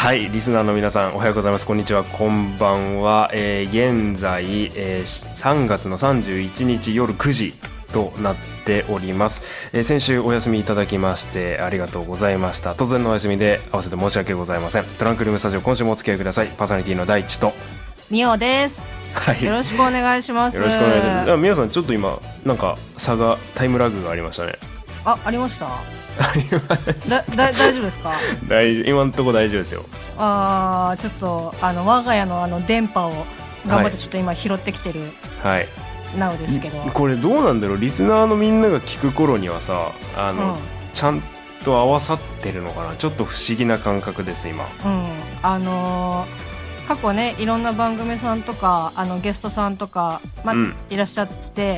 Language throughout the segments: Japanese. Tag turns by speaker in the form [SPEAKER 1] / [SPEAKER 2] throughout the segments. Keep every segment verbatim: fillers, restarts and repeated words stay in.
[SPEAKER 1] はい、リスナーの皆さんおはようございます、こんにちは、こんばんは、えー、現在、えー、さんがつのさんじゅういちにち夜くじとなっております、えー、先週お休みいただきましてありがとうございました。突然のお休みで合わせて申し訳ございません。トランクルームスタジオ、今週もお付き合いください。パーソナリティの大地と
[SPEAKER 2] みおです、はい、よろしくお願いします。
[SPEAKER 1] よろしくお願いします。みおさん、ちょっと今なんか差がタイムラグがありましたね。
[SPEAKER 2] あ、ありましただだ大丈夫ですか？
[SPEAKER 1] 大丈夫、今のところ大丈夫ですよ。
[SPEAKER 2] あー、ちょっとあの我が家のあの電波を頑張ってちょっと今拾ってきてる、
[SPEAKER 1] はい、
[SPEAKER 2] なおですけど、
[SPEAKER 1] これどうなんだろう、リスナーのみんなが聞く頃にはさ、あの、うん、ちゃんと合わさってるのかな。ちょっと不思議な感覚です今。
[SPEAKER 2] うん、あのー、過去ね、いろんな番組さんとかあのゲストさんとか、ま、うん、いらっしゃって、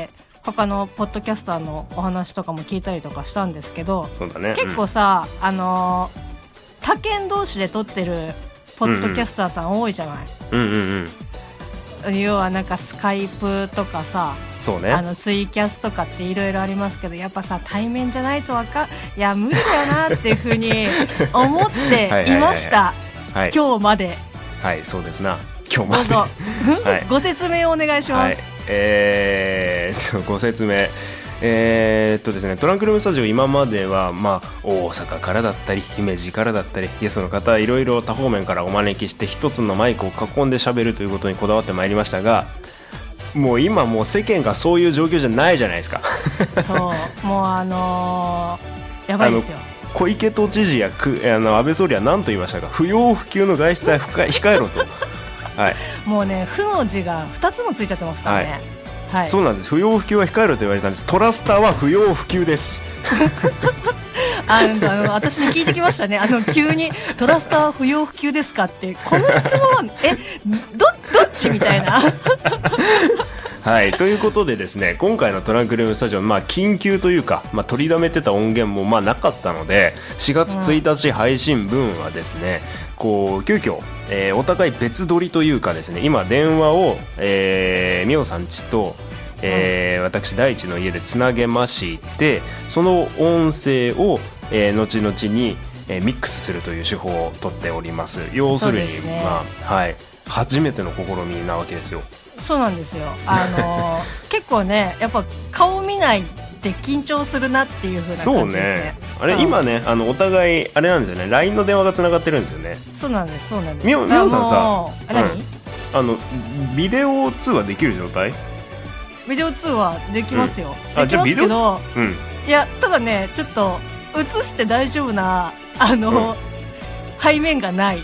[SPEAKER 2] 他のポッドキャスターのお話とかも聞いたりとかしたんですけど、
[SPEAKER 1] そうだね、
[SPEAKER 2] 結構さ、うん、あのー、他県同士で撮ってるポッドキャスターさん多いじゃない。
[SPEAKER 1] うんうんうんうん、
[SPEAKER 2] 要はなんかスカイプとかさ、
[SPEAKER 1] そうね、
[SPEAKER 2] あのツイキャスとかっていろいろありますけど、やっぱさ対面じゃないとわかいや無理だよなっていうふうに思っていましたはい、今日まで。
[SPEAKER 1] はい、そうですな、今日まで
[SPEAKER 2] どうぞ、はい、ご説明をお願いします。はい、
[SPEAKER 1] えー、ご説明えー、っとですねトランクルームスタジオ、今までは、まあ、大阪からだったり姫路からだったりゲストの方いろいろ多方面からお招きして一つのマイクを囲んで喋るということにこだわってまいりましたが、もう今もう世間がそういう状況じゃないじゃないですか
[SPEAKER 2] そうもうあのー、やばいですよ。
[SPEAKER 1] 小池都知事やくあの安倍総理は何と言いましたか？不要不急の外出は控えろとはい、
[SPEAKER 2] もうね、負の字がふたつもついちゃってますからね。はいはい、
[SPEAKER 1] そうなんです。不要不急は控えろと言われたんです。トラスターは不要不急です
[SPEAKER 2] あのあの私に聞いてきましたね。あの急にトラスターは不要不急ですかって、この質問え ど, どっちみたいな
[SPEAKER 1] はい、ということでですね、今回のトランクルームスタジオ、まあ、緊急というか、まあ、取りだめてた音源もまあなかったので、しがつついたち配信分はですね、うん、こう急遽、えー、お互い別撮りというかですね、今電話を、えー、みおさんちと、えーうん、私大地の家でつなげまして、その音声を、えー、後々に、えー、ミックスするという手法を取っております。要するに、ね、まあはい、初めての試みなわけですよ。
[SPEAKER 2] そうなんですよ。あのー、結構ね、やっぱ顔見ないって緊張するなっていう風な感じですね。
[SPEAKER 1] そうね、あれ、うん、今ね、あのお互いあれなんですよね、 ライン の電話がつながってるんですよね。
[SPEAKER 2] そうなんです、そうなんです。
[SPEAKER 1] みおさんさ、
[SPEAKER 2] あ、何、うん、
[SPEAKER 1] あのビデオ通話できる状態？
[SPEAKER 2] ビデオ通話できますよ、
[SPEAKER 1] うん、
[SPEAKER 2] できますけど、
[SPEAKER 1] うん、
[SPEAKER 2] いや、ただね、ちょっと映して大丈夫なあの、うん、背面がない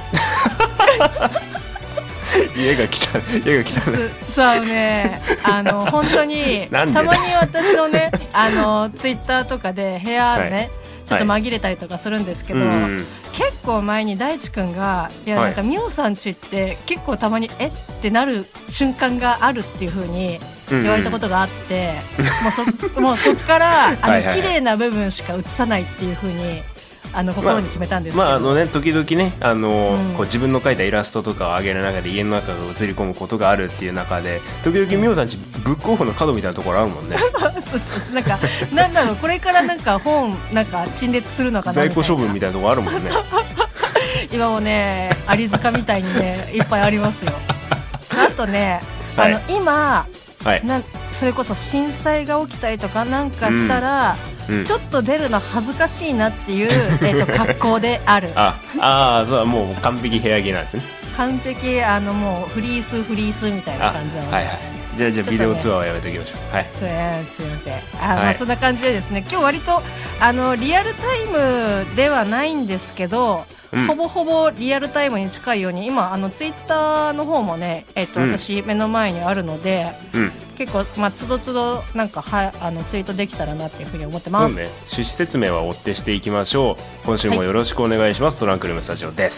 [SPEAKER 1] 家が来た家が来たね。
[SPEAKER 2] そうね、あの本当にたまに私のね、あのツイッターとかで部屋ね、はい、ちょっと紛れたりとかするんですけど、はい、結構前に大地くんが、いや、なんかみおさんちって結構たまにえってなる瞬間があるっていう風に言われたことがあって、うんうん、もう そ, もうそっからあのはい、はい、綺麗な部分しか映さないっていう風にあの心に決めたんですけど、
[SPEAKER 1] まあ、まああのね、時々ね、あの、うん、こう自分の描いたイラストとかを上げる中で家の中が映り込むことがあるっていう中で、時々みおさんちブックオフの角みたいなところあるもんね
[SPEAKER 2] そうそう、なんかなんだろう、これからなんか本なんか陳列するのかな
[SPEAKER 1] 在庫処分みたいなところあるもんね
[SPEAKER 2] 今もね、アリ塚みたいにねいっぱいありますよ。さあ、あとね、あの、はい、今、はい、なそれこそ震災が起きたりとかなんかしたら、うんうん、ちょっと出るの恥ずかしいなっていう、えー、と格好である
[SPEAKER 1] ああ、そう、もう完璧部屋着なんですね。
[SPEAKER 2] 完璧、あのもうフリースフリースみたいな感じなので、
[SPEAKER 1] はいはい、じゃあじゃあビデオツアーはやめておきましょう、ね、はい、
[SPEAKER 2] それすいません、あ、はい、まあ、そんな感じでですね、今日割とあのリアルタイムではないんですけど、うん、ほぼほぼリアルタイムに近いように今あのツイッターの方もね、えーとうん、私目の前にあるので、うん、結構、まあ、つどつどなんかはあのツイートできたらなっていうふうに思ってます。
[SPEAKER 1] そうね、趣旨説明は追ってしていきましょう。今週もよろしくお願いします、はい、トランクルームスタジオです。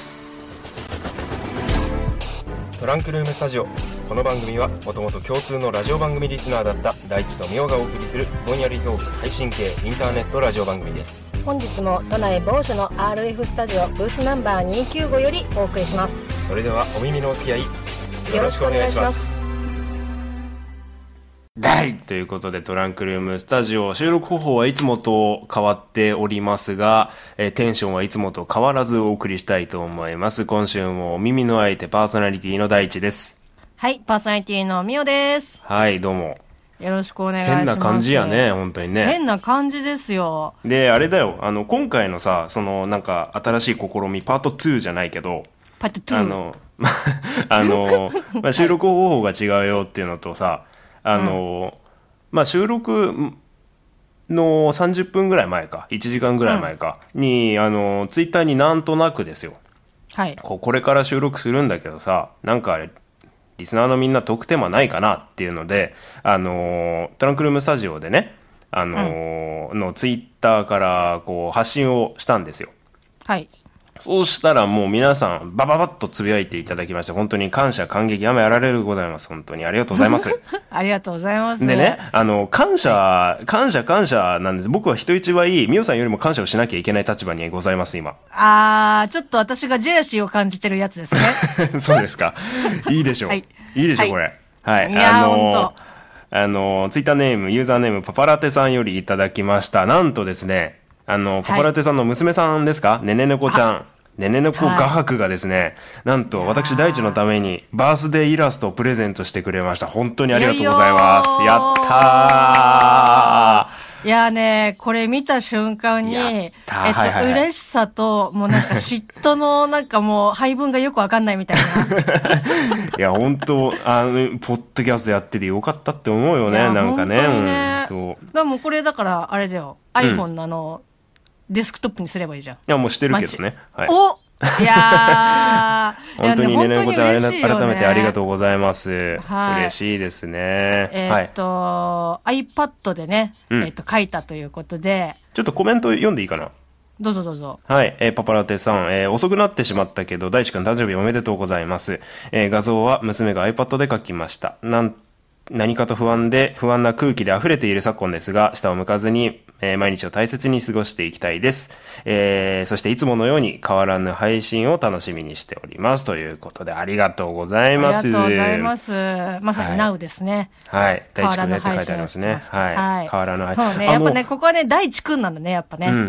[SPEAKER 1] トランクルームスタジオ、この番組はもともと共通のラジオ番組リスナーだった大地とみおがお送りするぼんやりトーク配信系インターネットラジオ番組です。
[SPEAKER 2] 本日も都内某所の アールエフ スタジオブースナンバーにひゃくきゅうじゅうごよりお送りします。
[SPEAKER 1] それではお耳のお付き合いよろしくお願いします。 大ということでトランクルームスタジオ収録方法はいつもと変わっておりますが、えー、テンションはいつもと変わらずお送りしたいと思います。今週もお耳の相手パーソナリティの大地です。
[SPEAKER 2] はい、パーソナリティのみおです。
[SPEAKER 1] はい、どうも
[SPEAKER 2] よろしくお願いします。
[SPEAKER 1] 変な感じやね、本当にね。
[SPEAKER 2] 変な感じですよ。
[SPEAKER 1] で、あれだよ、あの今回のさ、そのなんか新しい試みパートツーじゃないけど、
[SPEAKER 2] パートツー、
[SPEAKER 1] あのあの、まあ、収録方法が違うよっていうのとさ、あの、うん、まあ収録のさんじゅっぷんぐらい前かいちじかんぐらい前かに、うん、あのツイッターになんとなくですよ、
[SPEAKER 2] はい、
[SPEAKER 1] こ, これから収録するんだけどさ、なんかリスナーのみんなトークテーマないかなっていうので、あのトランクルームスタジオでね、あの、うん、のツイッターからこう発信をしたんですよ。
[SPEAKER 2] はい。
[SPEAKER 1] そうしたらもう皆さんバババッとつぶやいていただきまして、本当に感謝感激やめあられるでございます。本当にありがとうございます
[SPEAKER 2] ありがとうございます。
[SPEAKER 1] でね、あの感謝感謝感謝なんです。僕は人一倍みおさんよりも感謝をしなきゃいけない立場にございます今。
[SPEAKER 2] あー、ちょっと私がジェラシーを感じてるやつですね
[SPEAKER 1] そうですか。いいでしょう、はい、いいでしょう、はい、これ。はい、
[SPEAKER 2] いやー、
[SPEAKER 1] あの
[SPEAKER 2] 本当
[SPEAKER 1] あのツイッターネームユーザーネームパパラテさんよりいただきました。なんとですね、あのパパラテさんの娘さんですか、はい、ねねねこちゃん、ねねねこ画伯がですね、はい、なんと私大地のためにバースデーイラストをプレゼントしてくれました。本当にありがとうございます。やったー。
[SPEAKER 2] いやね、これ見た瞬間に、えっと、はいはいはい、嬉しさと、もうなんか嫉妬のなんかもう配分がよくわかんないみたいな。
[SPEAKER 1] いや、本当あの、ポッドキャストやっててよかったって思うよね、なんかね。
[SPEAKER 2] ね、うん、だもうこれだから、あれだよ、うん、iPhone のあの、デスクトップにすればいいじゃん。い
[SPEAKER 1] や、もうしてるけどね。はい、
[SPEAKER 2] おいやー
[SPEAKER 1] 本当にねねこちゃん、改めてありがとうございます。はい、嬉しいですね。
[SPEAKER 2] えー、っと、はい、iPad でね、うん、えー、っと書いたということで、
[SPEAKER 1] ちょっとコメント読んでいいかな。
[SPEAKER 2] どうぞどうぞ。
[SPEAKER 1] はい、えー、パパラテさん、えー、遅くなってしまったけど大地君誕生日おめでとうございます。えー、画像は娘が iPad で描きました。なん何かと不安で不安な空気で溢れている昨今ですが、下を向かずに、えー、毎日を大切に過ごしていきたいです。えー、そしていつものように変わらぬ配信を楽しみにしておりますということで、ありがとうございます。
[SPEAKER 2] ありがとうございます。まさに Now ですね。
[SPEAKER 1] はい。大地くんねって書いてありますね。はい。はい、変わらぬ配信。
[SPEAKER 2] そうね、やっぱね、ここはね、大地くんなんだね、やっぱね。うん。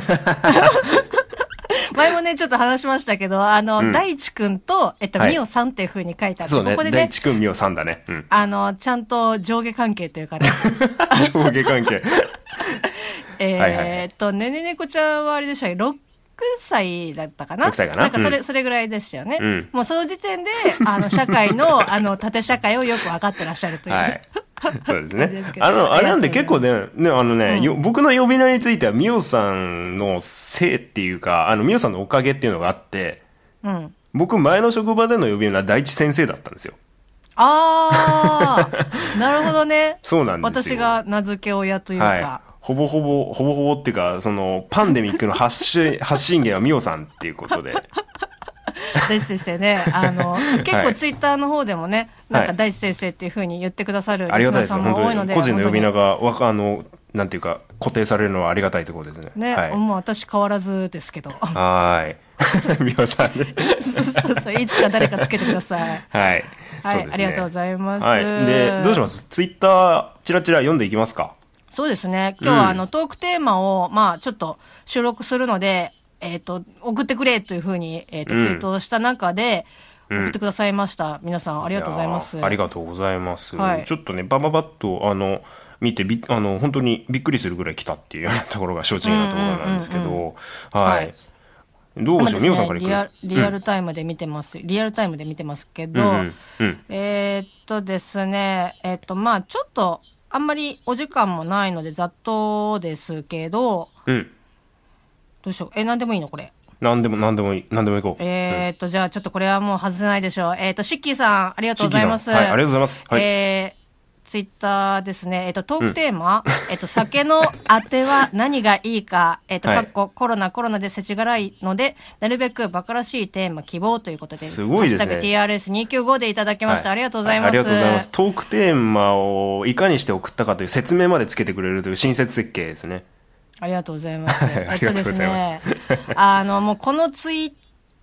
[SPEAKER 2] 前もね、ちょっと話しましたけど、あの、うん、大地くんと、えっと、みおさんっていう風に書いてあって、
[SPEAKER 1] そうね、
[SPEAKER 2] ここでね、
[SPEAKER 1] 大地くん、みおさんだね。うん、
[SPEAKER 2] あの、ちゃんと上下関係というかね。
[SPEAKER 1] 上下関係。
[SPEAKER 2] えーっと、ねねねこちゃんはあれでしたっけ、ろくさいだったかな ?ろく
[SPEAKER 1] 歳かな、
[SPEAKER 2] なんかそれ、うん、それぐらいでしたよね。
[SPEAKER 1] うん、
[SPEAKER 2] もうその時点で、あの、社会の、あの、縦社会をよく分かってらっしゃるという。はい。
[SPEAKER 1] そうですね。あの、あれなんで結構ね、ね、あのね、うん、僕の呼び名については、みおさんのせいっていうか、あの、みおさんのおかげっていうのがあって、うん、僕、前の職場での呼び名は大地先生だったんですよ。
[SPEAKER 2] あー、なるほどね。
[SPEAKER 1] そうなんですよ。
[SPEAKER 2] 私が名付け親というか。はい、
[SPEAKER 1] ほぼほぼ、ほぼほぼっていうか、その、パンデミックの発信、発信源はみおさんっていうことで。
[SPEAKER 2] 大地先生ね、あの、結構ツイッターの方でもね、はい、なんか大地先生っていう風に言ってくださるリスナーさんも多いので、
[SPEAKER 1] 個人の呼び名が、わか、あの、なんていうか、固定されるのはありがたいところですね。
[SPEAKER 2] ね、はい、もう私変わらずですけど。
[SPEAKER 1] はい。みおさんね。
[SPEAKER 2] そうそうそう、いつか誰かつけてください。
[SPEAKER 1] はい。
[SPEAKER 2] はい、
[SPEAKER 1] そうですね、
[SPEAKER 2] ありがとうございます。
[SPEAKER 1] はい。で、どうします？ツイッター、チラチラ読んでいきますか？
[SPEAKER 2] そうですね。今日はあの、うん、トークテーマを、まあ、ちょっと収録するので、えっと、送ってくれというふうに、えっと、ツイートをした中で、送ってくださいました。うん、皆さん、ありがとうございます。
[SPEAKER 1] ありがとうございます。はい、ちょっとね、バババッと、あの、見てび、あの、本当にびっくりするぐらい来たっていうようなところが正直なところなんですけど、はい。どうしよう、みおさんからいく？
[SPEAKER 2] リア、リアルタイムで見てます。うん、リアルタイムで見てますけど、うんうんうん、えー、っとですね、えー、っと、まあちょっと、あんまりお時間もないので、ざっとですけど、うん。どうしよう。え、なんでもいいのこれ。
[SPEAKER 1] なんでも、なんでもいい。なんでもいこう。
[SPEAKER 2] えー、っと、うん、じゃあちょっとこれはもう外せないでしょう。えー、っと、シッキーさん、ありがとうございます。
[SPEAKER 1] はい、ありがとうございます。はい、
[SPEAKER 2] えー、ツイッターですね。えっと、トークテーマ、うん、えっと、酒のあては何がいいか、えっと、かっこ、コロナコロナで世知辛いので、なるべくバカらしいテーマ希望ということで、
[SPEAKER 1] すごいですね。
[SPEAKER 2] ハッシュタグ ティーアールエスにひゃくきゅうじゅうご でいただきました、はい。ありがとうございます。
[SPEAKER 1] ありがとうございます。トークテーマをいかにして送ったかという説明までつけてくれるという親切設計ですね。
[SPEAKER 2] ありがとうございます。えっとですね、あの、もうこのツイッ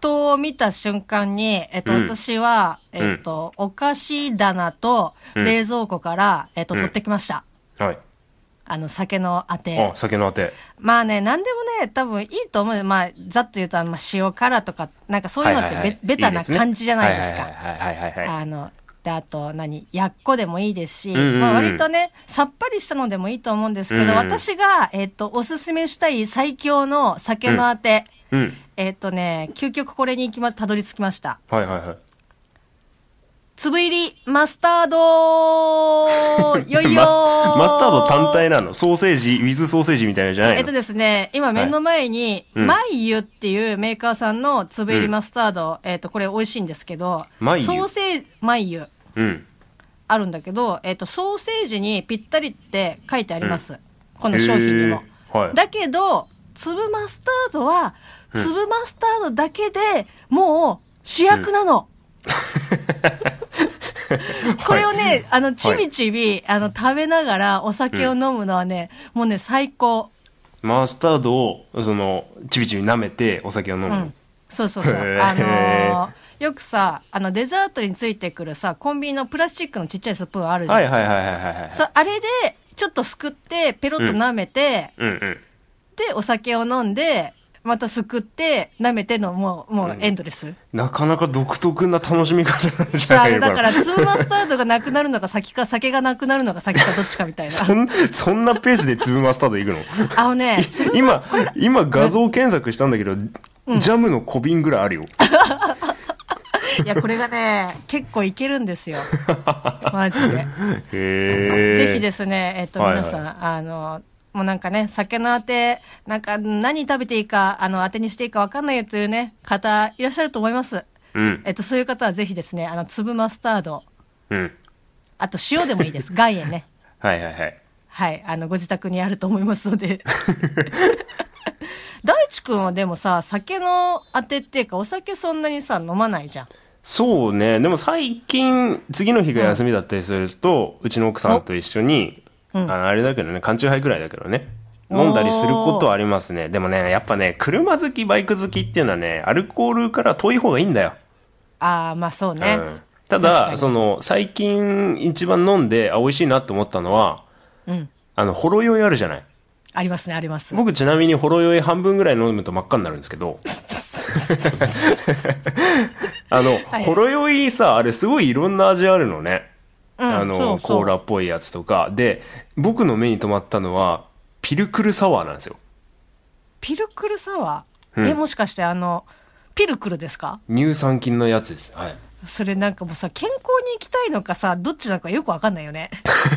[SPEAKER 2] 頭を見た瞬間に、えっと、うん、私は、えっと、うん、お菓子棚と冷蔵庫から、うん、えっと、取ってきました。
[SPEAKER 1] うん、はい。
[SPEAKER 2] あの、酒のあて。
[SPEAKER 1] あ、酒のあて。
[SPEAKER 2] まあね、なんでもね、多分いいと思う。まあ、ざっと言うと、まあ、塩辛とか、なんかそういうのってベ、はいはいはい、ベタな感じじゃないですか。
[SPEAKER 1] はいはいはいはい。
[SPEAKER 2] あの、で、あと、何、やっこでもいいですし、うんうんうん、まあ、割とね、さっぱりしたのでもいいと思うんですけど、うんうん、私が、えっと、おすすめしたい最強の酒のあて、うんうん、えっとね、究極これに行きま、たどり着きました。
[SPEAKER 1] はいはいはい。
[SPEAKER 2] 粒入りマスタードよいよー
[SPEAKER 1] マスタード単体なの？ソーセージ、ウィズソーセージみたいなのじゃないの？
[SPEAKER 2] えっとですね、今目の前に、はい、マイユっていうメーカーさんの粒入りマスタード、うん、えっと、これ美味しいんですけど、
[SPEAKER 1] マイユ
[SPEAKER 2] ソーセージ、マイユ。
[SPEAKER 1] うん。
[SPEAKER 2] あるんだけど、えっと、ソーセージにぴったりって書いてあります。うん、この商品にも。はい、だけど、粒マスタードは、粒マスタードだけでもう主役なの。うん、これをね、はい、あの、ちびちび、はい、あの、食べながらお酒を飲むのはね、うん、もうね、最高。
[SPEAKER 1] マスタードを、その、ちびちび舐めてお酒を飲む。うん、
[SPEAKER 2] そうそうそう。あのー、よくさ、あの、デザートについてくるさ、コンビニのプラスチックのちっちゃいスプーンあるじゃん。
[SPEAKER 1] はいはいはいはいはい。
[SPEAKER 2] そう、あれで、ちょっとすくって、ペロッと舐めて、
[SPEAKER 1] うんうんうん、
[SPEAKER 2] で、お酒を飲んで、またすくって、舐めての、もう、もうエンドレス。うん、
[SPEAKER 1] なかなか独特な楽しみ方なんじゃないのかな。
[SPEAKER 2] だから、粒マスタードがなくなるのが先か、酒がなくなるのが先か、どっちかみたいな。
[SPEAKER 1] そん、そんなペースで粒マスタードいくの？
[SPEAKER 2] あのね、
[SPEAKER 1] 今、今画像検索したんだけど、うん、ジャムの小瓶ぐらいあるよ。
[SPEAKER 2] いや、これがね、結構いけるんですよ。マジで。
[SPEAKER 1] へー。
[SPEAKER 2] ぜひですね、えっと、皆さん、はいはい、あの、もうなんかね、酒のあて、なんか何食べていいか、あの、あてにしていいか分かんないよというね、方いらっしゃると思います。
[SPEAKER 1] うん。
[SPEAKER 2] えっと、そういう方はぜひですね、あの、粒マスタード。
[SPEAKER 1] うん。
[SPEAKER 2] あと、塩でもいいです。岩塩ね。
[SPEAKER 1] はいはいはい。
[SPEAKER 2] はい、あの、ご自宅にあると思いますので。大地君はでもさ、酒のあてっていうか、お酒そんなにさ、飲まないじゃん。
[SPEAKER 1] そうね。でも最近、次の日が休みだったりすると、うん、うちの奥さんと一緒に、うん、あのあれだけどね、缶チューハイぐらいだけどね、飲んだりすることはありますね。でもね、やっぱね、車好き、バイク好きっていうのはね、アルコールから遠い方がいいんだよ。
[SPEAKER 2] ああ、まあそうね。うん、
[SPEAKER 1] ただ、その、最近一番飲んで、あ、美味しいなって思ったのは、うん、あの、ほろ酔いあるじゃない。
[SPEAKER 2] ありますね、あります。
[SPEAKER 1] 僕ちなみにほろ酔い半分ぐらい飲むと真っ赤になるんですけど、あの、はい、ほろ酔いさ、あれすごいいろんな味あるのね。うん、あのそうそう、コーラっぽいやつとか。で、僕の目に留まったのは、ピルクルサワーなんですよ。
[SPEAKER 2] ピルクルサワー、うん、え、もしかしてあの、ピルクルですか？
[SPEAKER 1] 乳酸菌のやつです。はい。
[SPEAKER 2] それなんかもうさ、健康に行きたいのかさ、どっちなのかよくわかんないよね。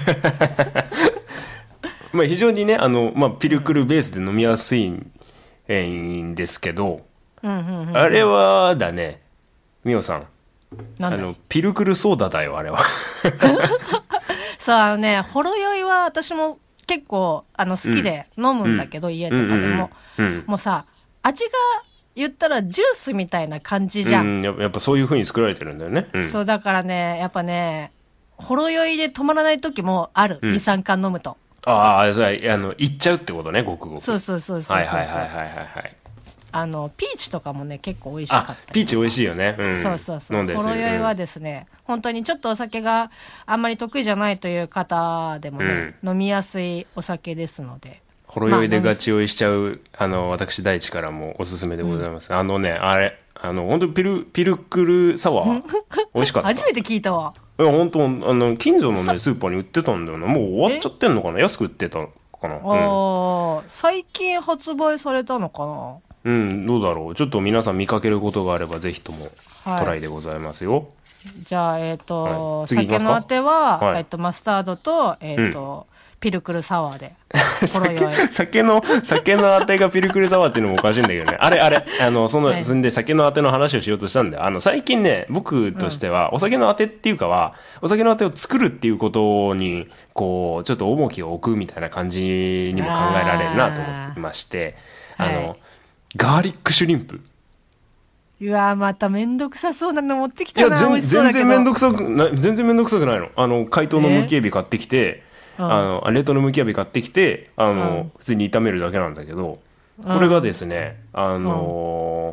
[SPEAKER 1] まあ非常にね、あの、まあピルクルベースで飲みやすいん、えー、んですけど、うんうんうんうん、あれはだね、ミオさん。あの、ピルクルソーダだよ、あれは。
[SPEAKER 2] そう、あのね、ほろ酔いは私も結構、あの、好きで飲むんだけど、うん、家とかでも、うんうんうん。もうさ、味が言ったらジュースみたいな感じじゃん。
[SPEAKER 1] うん、やっぱそういう風に作られてるんだよね。うん、
[SPEAKER 2] そう、だからね、やっぱね、ほろ酔いで止まらない時もある。うん、に、さんかん飲むと。
[SPEAKER 1] ああ、それ、あの、いっちゃうってことね、ごくごく。
[SPEAKER 2] そうそうそうそうそう。はい
[SPEAKER 1] はいはいはいはい。
[SPEAKER 2] あの、ピーチとかもね、結構美味しかった、ね。
[SPEAKER 1] ピーチ美味しいよね。うん、
[SPEAKER 2] そうそうそう。ほろ酔いはですね、うん、本当にちょっとお酒があんまり得意じゃないという方でもね、うん、飲みやすいお酒ですので。
[SPEAKER 1] ほろ酔いでガチ酔いしちゃう、あの、私大地からもおすすめでございます。うん、あのね、あれ、あの、本当にピル、ピルクルサワー、美味しかった。
[SPEAKER 2] 初めて聞いたわ。
[SPEAKER 1] いや、本当あの、近所のね、スーパーに売ってたんだよな。もう終わっちゃってんのかな？安く売ってたかな。
[SPEAKER 2] ああ、うん、最近発売されたのかな？
[SPEAKER 1] うん、どうだろう。ちょっと皆さん見かけることがあれば、ぜひともトライでございますよ。はい、
[SPEAKER 2] じゃあ、えっ、ー、と、はい、酒のあては、はい、えっ、ー、と、マスタードと、えっ、ー、と、うんピルクルサワーで。
[SPEAKER 1] 酒, 酒の、酒のあてがピルクルサワーっていうのもおかしいんだけどね。あれあれ、あの、その、すんで酒のあての話をしようとしたんだよ。あの、最近ね、僕としては、お酒のあてっていうかは、お酒のあてを作るっていうことに、こう、ちょっと重きを置くみたいな感じにも考えられるなと思いまして、あ, あの、はい、ガーリックシュリンプ。
[SPEAKER 2] うわまためんどくさそうなの持ってきたな。いや、
[SPEAKER 1] 全然めんどくさくない、全然めんどくさくないの。あの、解凍のむきエビ買ってきて、あの、冷凍のむきエビ買ってきて、あの、うん、普通に炒めるだけなんだけど、これがですね、あのー、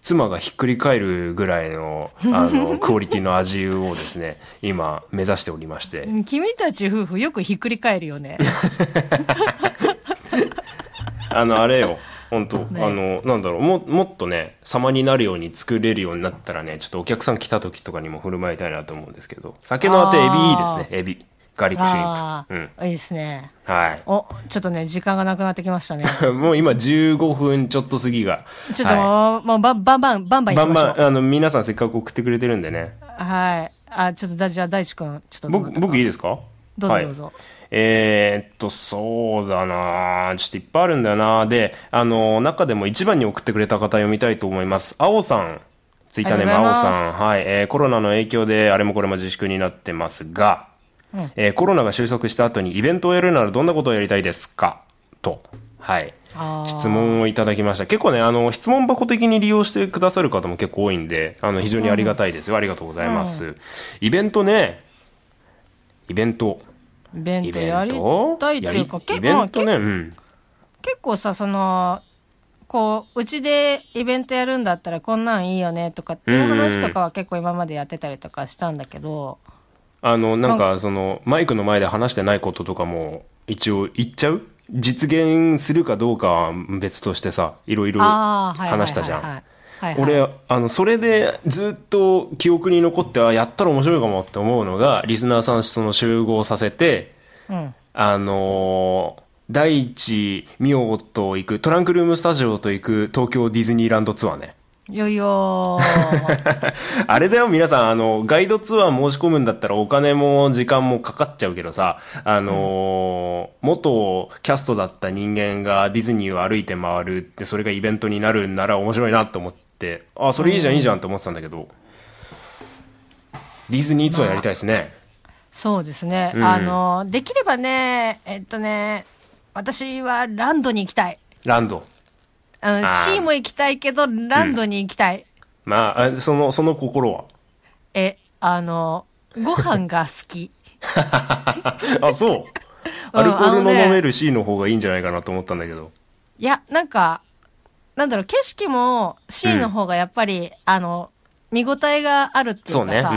[SPEAKER 1] 妻がひっくり返るぐらいのあのクオリティの味をですね今目指しておりまして。
[SPEAKER 2] 君たち夫婦よくひっくり返るよね。
[SPEAKER 1] あのあれよ本当、ね、あのなんだろう も, もっとね様になるように作れるようになったらねちょっとお客さん来た時とかにも振る舞いたいなと思うんですけど、酒のあてエビいいですね。エビガーリックシュリンプ、
[SPEAKER 2] うん、いいですね。
[SPEAKER 1] はい。
[SPEAKER 2] おちょっとね時間がなくなってきましたね。
[SPEAKER 1] もう今じゅうごふんちょっと過ぎが
[SPEAKER 2] ちょっともう、はい、もうバンバンバンバンバンいきましょう。バンバン
[SPEAKER 1] あの皆さんせっかく送ってくれてるんでね。
[SPEAKER 2] はい。あちょっとだじゃあ大地君ちょっと
[SPEAKER 1] 僕僕いいですか。
[SPEAKER 2] どうぞどうぞ。はい、
[SPEAKER 1] えー、っとそうだなちょっといっぱいあるんだよな。であの中でも一番に送ってくれた方読みたいと思います。青さんツイッターネーム青さん、はい、えー、コロナの影響であれもこれも自粛になってますが、うんえー、コロナが収束した後にイベントをやるならどんなことをやりたいですかと、はい、質問をいただきました。結構ねあの質問箱的に利用してくださる方も結構多いんであの非常にありがたいですよ、うん、ありがとうございます、うん、イベントねイベント
[SPEAKER 2] イベントやりたいっていうか結構、ねうん、結構さそのこううちでイベントやるんだったらこんなんいいよねとかっていう話とかは結構今までやってたりとかしたんだけど、
[SPEAKER 1] あのなんかそのマイクの前で話してないこととかも一応言っちゃう。実現するかどうかは別としてさいろいろ話したじゃん。俺あのそれでずっと記憶に残ってはやったら面白いかもって思うのがリスナーさんその集合させて、うん、あの大地ミオと行くトランクルームスタジオと行く東京ディズニーランドツアーね。
[SPEAKER 2] よいよー
[SPEAKER 1] あれだよ皆さんあのガイドツアー申し込むんだったらお金も時間もかかっちゃうけどさあのーうん、元キャストだった人間がディズニーを歩いて回るってそれがイベントになるんなら面白いなと思ってあそれいいじゃん、うん、いいじゃんと思ってたんだけどディズニーツアーやりたいですね、
[SPEAKER 2] まあ、そうですね、うん、あのできればねえっとね私はランドに行きたい。
[SPEAKER 1] ランド
[SPEAKER 2] あの C も行きたいけどランドに行きたい、うん、
[SPEAKER 1] まあそのその心は
[SPEAKER 2] えあのご飯が好き
[SPEAKER 1] あそうアルコールの飲める C の方がいいんじゃないかなと思ったんだけど、
[SPEAKER 2] いやなんかなんだろう景色も C の方がやっぱり、うん、あの見応えがあるっていうかさ
[SPEAKER 1] そうね、うん、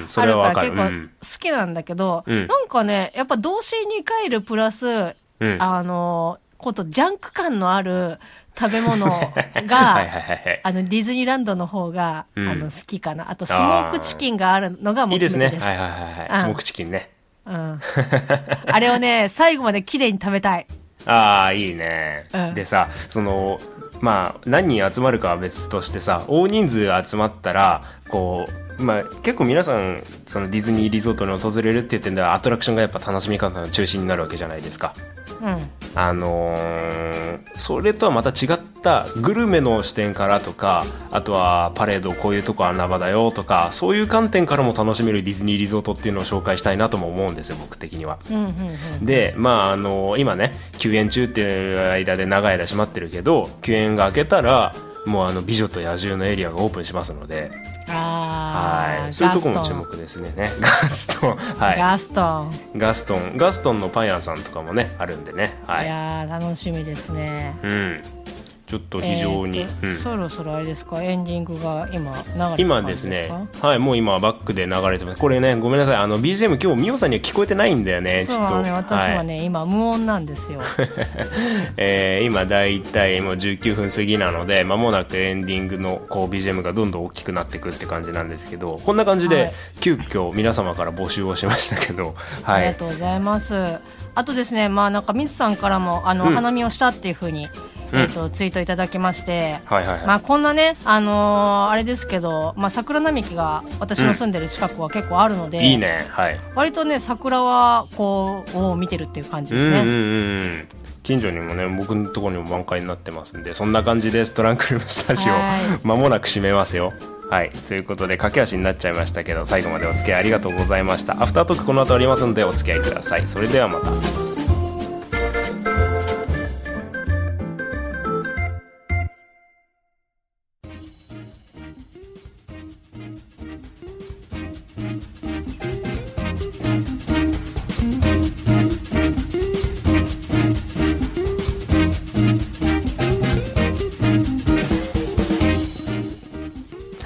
[SPEAKER 1] それはわかる。
[SPEAKER 2] あるから結構好きなんだけど、うん、なんかねやっぱ童心に帰るプラス、うん、あのことジャンク感のある食べ物がはいはいはい、はい、あのディズニーランドの方が、うん、あの好きかな。あとスモークチキンがあるのがもう決め手です。
[SPEAKER 1] いいですね。はいはいはい、はい、スモークチキンね。
[SPEAKER 2] うん。あれをね最後まで綺麗に食べたい。
[SPEAKER 1] ああいいね、うん、でさそのまあ何人集まるかは別としてさ大人数集まったらこうまあ結構皆さんそのディズニーリゾートに訪れるって言ってんだアトラクションがやっぱ楽しみ方の中心になるわけじゃないですか。うん、あのー、それとはまた違ったグルメの視点からとかあとはパレードこういうとこ穴場だよとかそういう観点からも楽しめるディズニーリゾートっていうのを紹介したいなとも思うんですよ僕的には、うんうんうん、でまああのー、今ね休園中っていう間で長い間閉まってるけど休園が明けたらもうあの美女と野獣のエリアがオープンしますので
[SPEAKER 2] あ
[SPEAKER 1] はいそういうところも注目ですね。ねガストン、はい、
[SPEAKER 2] ガストン
[SPEAKER 1] ガストンガストンのパン屋さんとかもねあるんでね、はい、
[SPEAKER 2] いや楽しみですね。
[SPEAKER 1] うんちょっと非常に、えーうん、
[SPEAKER 2] そろそろあれですかエンディングが今流れてる感じですか。
[SPEAKER 1] 今ですねはいもう今バックで流れてます。これねごめんなさいあの ビージーエム 今日ミオさんには聞こえてないんだよね。
[SPEAKER 2] そうはね私はね、はい、今無音なんですよ、
[SPEAKER 1] えー、今だいたいもうじゅうきゅうふん過ぎなので間もなくエンディングのこう ビージーエム がどんどん大きくなっていくって感じなんですけどこんな感じで、はい、急遽皆様から募集をしましたけど、はい、
[SPEAKER 2] ありがとうございます。あとですねまあなんかミスさんからもあの、うん、お花見をしたっていう風にえー、とツイートいただきまして、はいはいはいまあ、こんなね、あのー、あれですけど、まあ、桜並木が私の住んでる近くは結構あるので、うん、
[SPEAKER 1] いいね、はい、
[SPEAKER 2] 割とね桜はこうを見てるっていう感じですね。
[SPEAKER 1] うんうんうん近所にもね僕のところにも満開になってますんでそんな感じです。トランクルームスタジオ間もなく閉めますよ。はいということで駆け足になっちゃいましたけど最後までお付き合いありがとうございました。アフタートークこの後ありますのでお付き合いください。それではまた。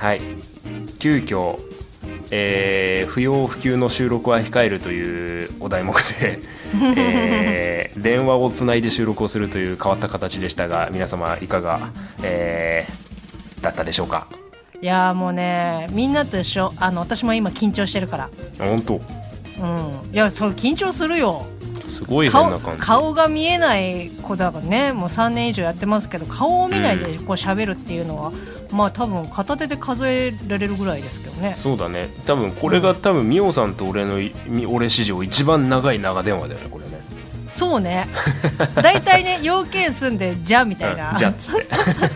[SPEAKER 1] はい急遽、えー、不要不急の収録は控えるというお題目で、えー、電話をつないで収録をするという変わった形でしたが、皆様いかが、えー、だったでしょうか。
[SPEAKER 2] いやもうね、みんなと一緒。あの私も今緊張してるから。
[SPEAKER 1] 本当。
[SPEAKER 2] うん、いやそれ緊張するよ。
[SPEAKER 1] すごい変な感じ。
[SPEAKER 2] 顔、顔が見えない子だからね、もうさんねん以上やってますけど、顔を見ないでこう喋るっていうのは、うん、まあ多分片手で数えられるぐらいですけどね。
[SPEAKER 1] そうだね。多分これが、うん、多分ミオさんと俺の俺史上一番長い長電話だよねこれね。
[SPEAKER 2] そうね。だいたいね要件済んでじゃみたいな、
[SPEAKER 1] うん、じゃっつって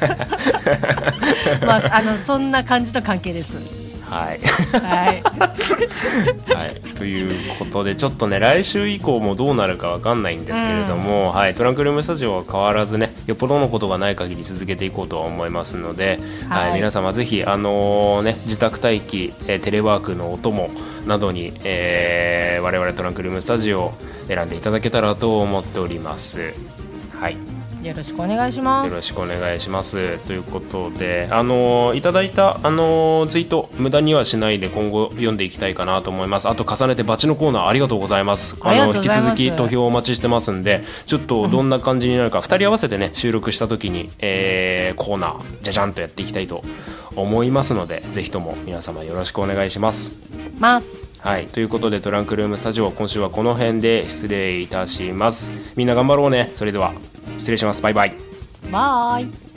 [SPEAKER 2] まああのそんな感じの関係です。
[SPEAKER 1] はい
[SPEAKER 2] はい、
[SPEAKER 1] はい、ということでちょっとね来週以降もどうなるかわかんないんですけれども、うんはい、トランクルームスタジオは変わらずね、よっぽどのことがない限り続けていこうとは思いますので、はいはい、皆様ぜひ、あのーね、自宅待機、えー、テレワークのお供などに、えー、我々トランクルームスタジオを選んでいただけたらと思っております。はい、
[SPEAKER 2] よろしくお願いします。
[SPEAKER 1] よろしくお願いしますということで、あのー、いただいた、あのー、ツイート無駄にはしないで今後読んでいきたいかなと思います。あと重ねてバチのコーナーありがとうございます。あの引き続き投票お待ちしてますんで、ちょっとどんな感じになるか、うん、ふたり合わせてね収録した時に、えー、コーナーじゃじゃんとやっていきたいと思いますので、ぜひとも皆様よろしくお願いします
[SPEAKER 2] ます
[SPEAKER 1] はい、ということでトランクルームスタジオ今週はこの辺で失礼いたします。みんな頑張ろうね。それでは失礼します。バイバイ。
[SPEAKER 2] バイ。